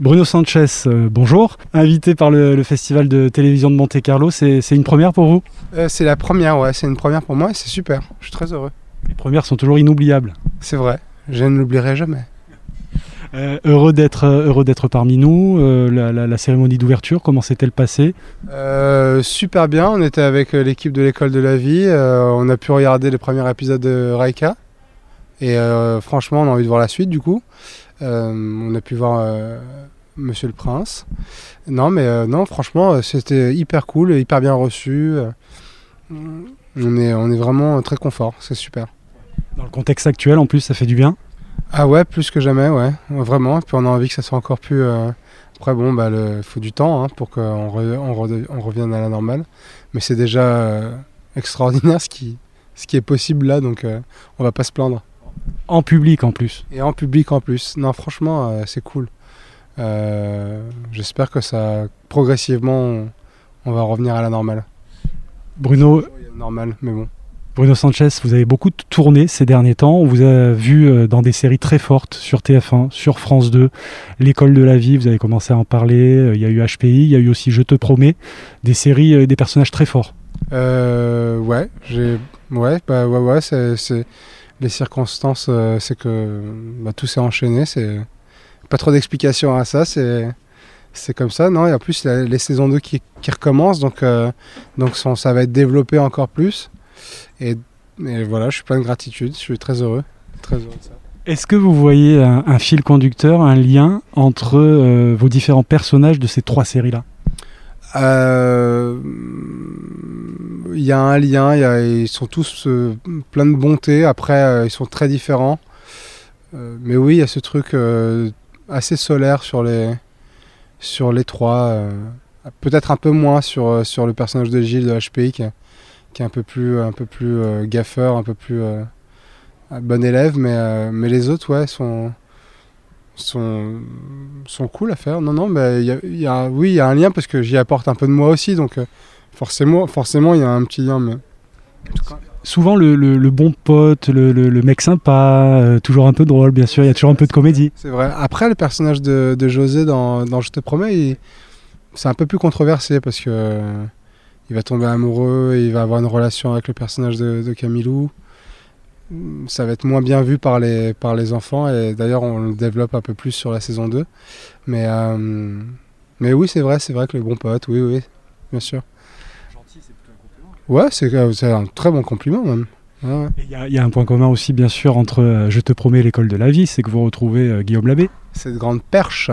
Bruno Sanchez, bonjour. Invité par le Festival de télévision de Monte-Carlo, c'est une première pour vous? C'est la première, ouais, c'est une première pour moi et c'est super, je suis très heureux. Les premières sont toujours inoubliables. C'est vrai, je ne l'oublierai jamais. Heureux d'être parmi nous. La cérémonie d'ouverture, comment s'est-elle passée? Super bien, on était avec l'équipe de l'école de la vie, on a pu regarder les premiers épisodes de Raika et franchement on a envie de voir la suite du coup. On a pu voir Monsieur le Prince. Non, franchement c'était hyper cool, hyper bien reçu. On est vraiment très confort, c'est super. Dans le contexte actuel en plus, ça fait du bien? Ah ouais, plus que jamais, ouais, vraiment. Et puis on a envie que ça soit encore plus... Après bon, faut du temps pour qu'on revienne à la normale. Mais c'est déjà extraordinaire ce qui est possible là, donc on va pas se plaindre. En public en plus. Et en public en plus. Non, franchement, c'est cool. J'espère que ça, progressivement, on va revenir à la normale. Bruno... Normal, mais bon. Bruno Sanchez, vous avez beaucoup tourné ces derniers temps. On vous a vu dans des séries très fortes sur TF1, sur France 2, L'école de la vie, vous avez commencé à en parler. Il y a eu HPI, il y a eu aussi Je te promets, des séries, des personnages très forts. Ouais, c'est les circonstances, c'est que tout s'est enchaîné. C'est pas trop d'explications à ça. C'est comme ça, non? Et en plus, les saisons 2 qui recommencent, donc ça va être développé encore plus. Et voilà, je suis plein de gratitude, je suis très heureux de ça. Est-ce que vous voyez un fil conducteur, un lien entre vos différents personnages de ces 3 séries-là? Il y a un lien, ils sont tous plein de bonté, après ils sont très différents. Mais oui, il y a ce truc assez solaire sur les 3. Peut-être un peu moins sur le personnage de Gilles de HPI qui est un peu plus gaffeur, un peu plus bon élève, mais les autres, ouais, sont cool à faire. Non, mais il y a un lien parce que j'y apporte un peu de moi aussi, donc forcément, il y a un petit lien. Mais... Souvent, le bon pote, le mec sympa, toujours un peu drôle, bien sûr, il y a toujours un peu de comédie. C'est vrai. Après, le personnage de José dans Je te promets, c'est un peu plus controversé parce que il va tomber amoureux et il va avoir une relation avec le personnage de Camilou. Ça va être moins bien vu par les enfants et d'ailleurs on le développe un peu plus sur la saison 2. Mais oui, c'est vrai que le bon pote, oui, bien sûr. Gentil, c'est plutôt un compliment. Ouais, c'est un très bon compliment même. Ouais. Il y a un point commun aussi bien sûr entre Je te promets l'école de la vie, c'est que vous retrouvez Guillaume Labbé. Cette grande perche,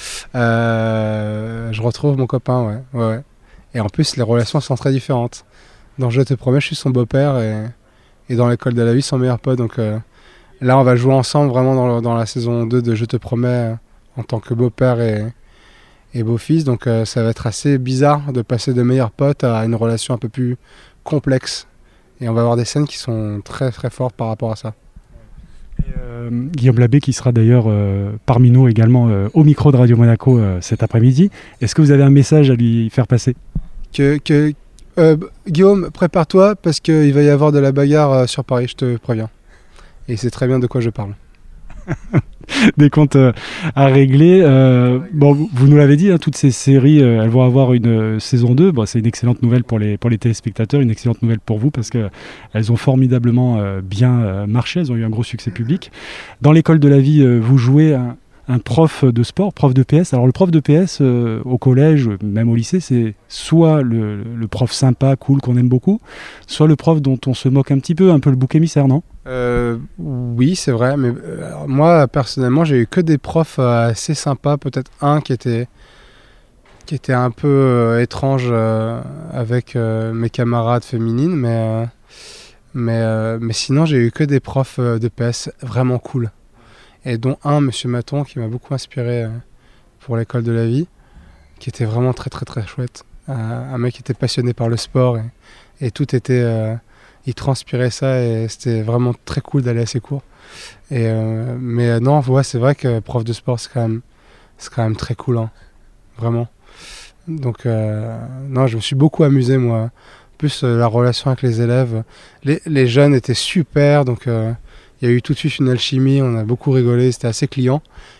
je retrouve mon copain, ouais. Et en plus, les relations sont très différentes. Dans Je te promets, je suis son beau-père et dans l'école de la vie, son meilleur pote. Donc là, on va jouer ensemble vraiment dans la saison 2 de Je te promets en tant que beau-père et beau-fils. Donc ça va être assez bizarre de passer de meilleurs potes à une relation un peu plus complexe. Et on va avoir des scènes qui sont très très fortes par rapport à ça. Guillaume Labbé qui sera d'ailleurs parmi nous également au micro de Radio Monaco cet après-midi. Est-ce que vous avez un message à lui faire passer? Guillaume, prépare-toi parce qu'il va y avoir de la bagarre sur Paris, je te préviens. Et c'est très bien de quoi je parle. Des comptes à régler. Bon, vous nous l'avez dit, toutes ces séries, elles vont avoir une saison 2. Bon, c'est une excellente nouvelle pour les téléspectateurs, une excellente nouvelle pour vous parce qu'elles ont formidablement bien marché, elles ont eu un gros succès public. Dans l'école de la vie, vous jouez un prof de sport, prof de PS. Alors le prof de PS au collège, même au lycée, c'est soit le prof sympa, cool, qu'on aime beaucoup, soit le prof dont on se moque un petit peu, un peu le bouc émissaire, non? Oui, c'est vrai, mais moi personnellement j'ai eu que des profs assez sympas, peut-être un qui était un peu étrange avec mes camarades féminines, mais sinon j'ai eu que des profs de PS vraiment cool. Et dont un, Monsieur Maton, qui m'a beaucoup inspiré pour l'école de la vie, qui était vraiment très très très chouette. Un mec qui était passionné par le sport et tout était... il transpirait ça et c'était vraiment très cool d'aller à ses cours. Mais non, ouais, c'est vrai que prof de sport, c'est quand même très cool, vraiment. Donc non, je me suis beaucoup amusé, moi. En plus, la relation avec les élèves, les jeunes étaient super, donc... il y a eu tout de suite une alchimie, on a beaucoup rigolé, c'était assez client.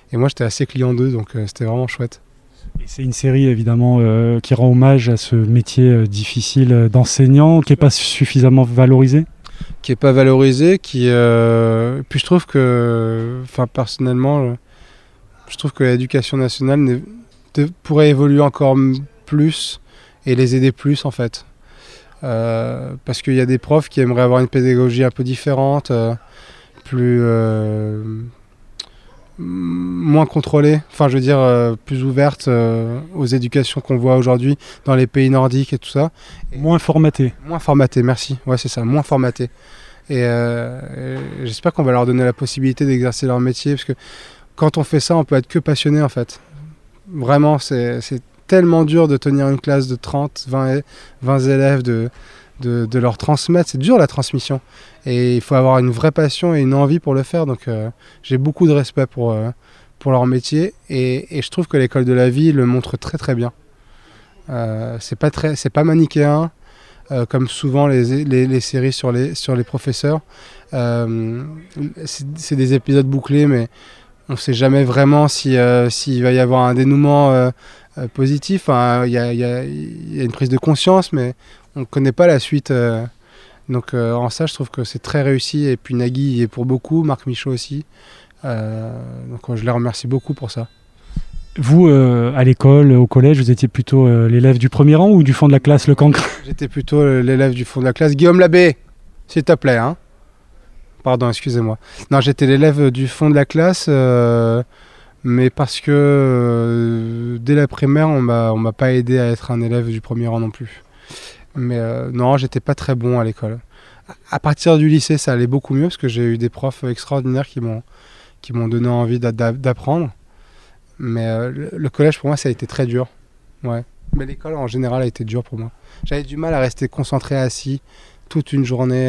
Et moi, j'étais assez client d'eux, donc c'était vraiment chouette. Et c'est une série évidemment qui rend hommage à ce métier difficile d'enseignant, qui n'est pas suffisamment valorisé. Qui n'est pas valorisé, puis je trouve que, personnellement, je trouve que l'éducation nationale pourrait évoluer encore plus et les aider plus en fait. Parce qu'il y a des profs qui aimeraient avoir une pédagogie un peu différente, moins contrôlée, plus ouverte aux éducations qu'on voit aujourd'hui dans les pays nordiques et tout ça. Moins formatée. Moins formatée, merci. Ouais, c'est ça, moins formatée. Et j'espère qu'on va leur donner la possibilité d'exercer leur métier, parce que quand on fait ça, on peut être que passionné en fait. Vraiment, c'est tellement dur de tenir une classe de 30, 20 élèves, de leur transmettre. C'est dur la transmission. Et il faut avoir une vraie passion et une envie pour le faire. Donc j'ai beaucoup de respect pour leur métier. Et je trouve que l'école de la vie le montre très très bien. C'est pas manichéen, comme souvent les séries sur les professeurs. C'est des épisodes bouclés, mais on ne sait jamais vraiment s'il va y avoir un dénouement positif. Il y a une prise de conscience, mais on ne connaît pas la suite. Donc en ça, je trouve que c'est très réussi. Et puis Nagui y est pour beaucoup, Marc Michaud aussi. Donc je les remercie beaucoup pour ça. Vous, à l'école, au collège, vous étiez plutôt l'élève du premier rang ou du fond de la classe, le cancre? J'étais plutôt l'élève du fond de la classe. Guillaume Labbé, s'il te plaît, hein. Pardon, excusez-moi. Non, j'étais l'élève du fond de la classe, mais parce que dès la primaire, on m'a pas aidé à être un élève du premier rang non plus. Mais non, j'étais pas très bon à l'école. À partir du lycée, ça allait beaucoup mieux, parce que j'ai eu des profs extraordinaires qui m'ont donné envie d'apprendre. Mais le collège, pour moi, ça a été très dur. Ouais. Mais l'école, en général, a été dure pour moi. J'avais du mal à rester concentré assis toute une journée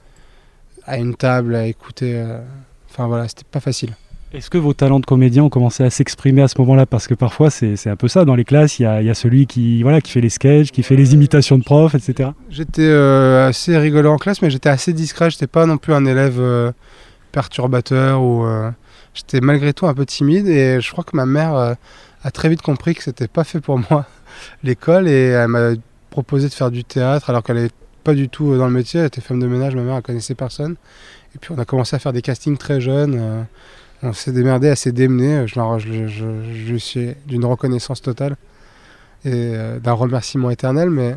à une table, à écouter. C'était pas facile. Est-ce que vos talents de comédien ont commencé à s'exprimer à ce moment-là? Parce que parfois, c'est un peu ça. Dans les classes, il y a celui qui fait les sketchs, qui fait les imitations de profs, etc. J'étais assez rigolo en classe, mais j'étais assez discret. J'étais pas non plus un élève perturbateur ou... J'étais malgré tout un peu timide, et je crois que ma mère a très vite compris que c'était pas fait pour moi, l'école, et elle m'a proposé de faire du théâtre alors qu'elle n'est pas du tout dans le métier. Elle était femme de ménage, ma mère, elle connaissait personne. Et puis on a commencé à faire des castings très jeunes, on s'est démerdé, elle s'est démenée. Je suis d'une reconnaissance totale et d'un remerciement éternel, mais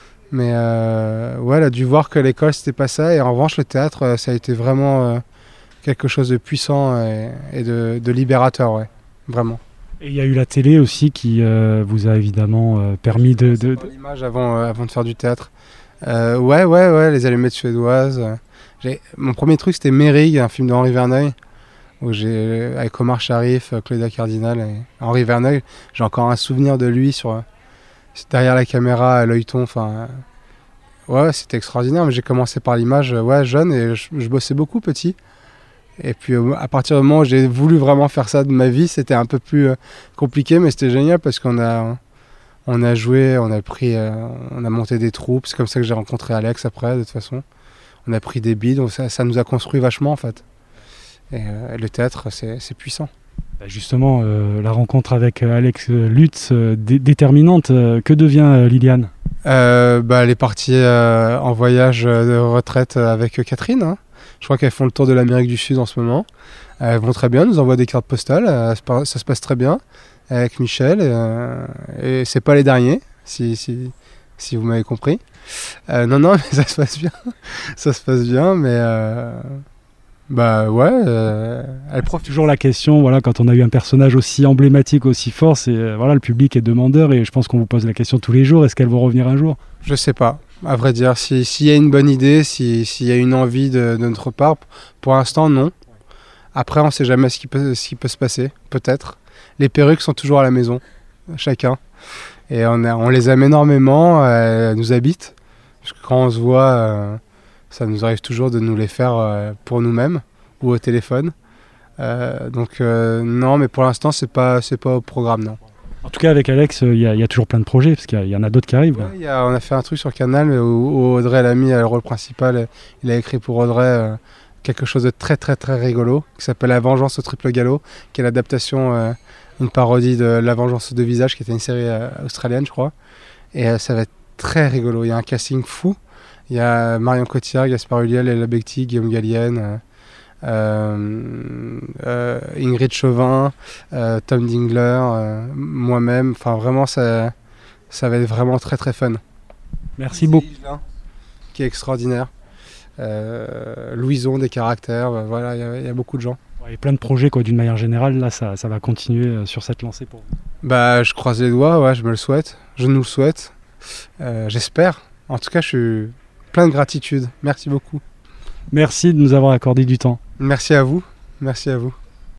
elle a dû voir que l'école c'était pas ça, et en revanche le théâtre ça a été vraiment quelque chose de puissant et de libérateur, ouais, vraiment. Et il y a eu la télé aussi qui vous a évidemment permis de... l'image avant de faire du théâtre. Ouais, les allumettes suédoises. Mon premier truc, c'était Mérig, un film de Henri Verneuil, où avec Omar Sharif, Claudia Cardinal et Henri Verneuil. J'ai encore un souvenir de lui derrière la caméra à l'œilleton. Ouais, c'était extraordinaire, mais j'ai commencé par l'image jeune, et je bossais beaucoup petit. Et puis à partir du moment où j'ai voulu vraiment faire ça de ma vie, c'était un peu plus compliqué, mais c'était génial parce qu'on a joué, on a monté des troupes. C'est comme ça que j'ai rencontré Alex après, de toute façon. On a pris des billes, donc ça nous a construit vachement en fait. Et le théâtre, c'est puissant. Justement, la rencontre avec Alex Lutz, déterminante. Que devient Liliane? Elle est partie en voyage de retraite avec Catherine, hein. Je crois qu'elles font le tour de l'Amérique du Sud en ce moment. Elles vont très bien, nous envoient des cartes postales, ça se passe très bien avec Michel, et c'est pas les derniers, si vous m'avez compris. Non, mais ça se passe bien. Ça se passe bien, mais elle profite. Toujours la question, voilà, quand on a eu un personnage aussi emblématique, aussi fort, c'est le public est demandeur, et je pense qu'on vous pose la question tous les jours, est-ce qu'elles vont revenir un jour? Je sais pas. À vrai dire, s'il y a une bonne idée, s'il y a une envie de notre part, pour l'instant, non. Après, on ne sait jamais ce qui peut se passer, peut-être. Les perruques sont toujours à la maison, chacun. Et on les aime énormément, elles nous habitent. Parce que quand on se voit, ça nous arrive toujours de nous les faire pour nous-mêmes ou au téléphone. Non, mais pour l'instant, c'est pas au programme, non. En tout cas, avec Alex, il y a toujours plein de projets, parce qu'il y en a d'autres qui arrivent. Ouais, on a fait un truc sur Canal où Audrey l'a mis le rôle principal. Il a écrit pour Audrey quelque chose de très très très rigolo qui s'appelle La Vengeance au triple galop, qui est l'adaptation, une parodie de La Vengeance aux deux visages, qui était une série australienne, je crois. Et ça va être très rigolo. Il y a un casting fou. Il y a Marion Cotillard, Gaspard Ulliel, Ella Becti, Guillaume Gallienne, Ingrid Chauvin, Tom Dingler, moi-même. Enfin, vraiment, ça va être vraiment très très fun. Merci beaucoup. Qui est extraordinaire. Louison, des caractères, voilà, il y a beaucoup de gens. Il y a plein de projets quoi, d'une manière générale, là ça va continuer sur cette lancée pour vous. Bah, je croise les doigts, ouais, je me le souhaite, je nous le souhaite, j'espère. En tout cas, je suis plein de gratitude, merci beaucoup. Merci de nous avoir accordé du temps. Merci à vous, merci à vous.